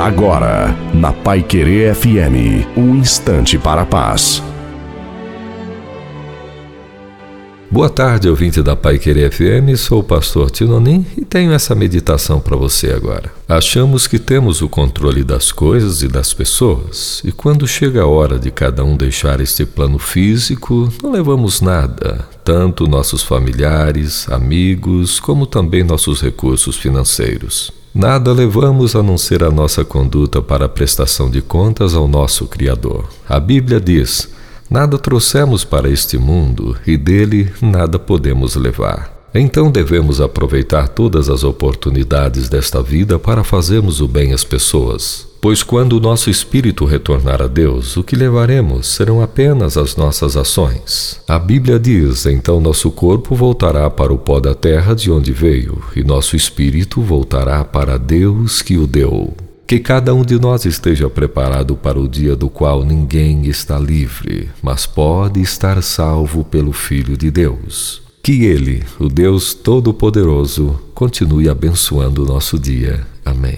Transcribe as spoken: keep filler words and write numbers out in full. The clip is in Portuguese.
Agora, na Paiquerê F M, um instante para a paz. Boa tarde, ouvinte da Paiquerê F M, sou o pastor Tinonim e tenho essa meditação para você agora. Achamos que temos o controle das coisas e das pessoas, e quando chega a hora de cada um deixar este plano físico, não levamos nada, tanto nossos familiares, amigos, como também nossos recursos financeiros. Nada levamos a não ser a nossa conduta para a prestação de contas ao nosso Criador. A Bíblia diz: nada trouxemos para este mundo e dele nada podemos levar. Então devemos aproveitar todas as oportunidades desta vida para fazermos o bem às pessoas. Pois quando o nosso espírito retornar a Deus, o que levaremos serão apenas as nossas ações. A Bíblia diz: então nosso corpo voltará para o pó da terra de onde veio, e nosso espírito voltará para Deus que o deu. Que cada um de nós esteja preparado para o dia do qual ninguém está livre, mas pode estar salvo pelo Filho de Deus. Que Ele, o Deus Todo-Poderoso, continue abençoando o nosso dia. Amém.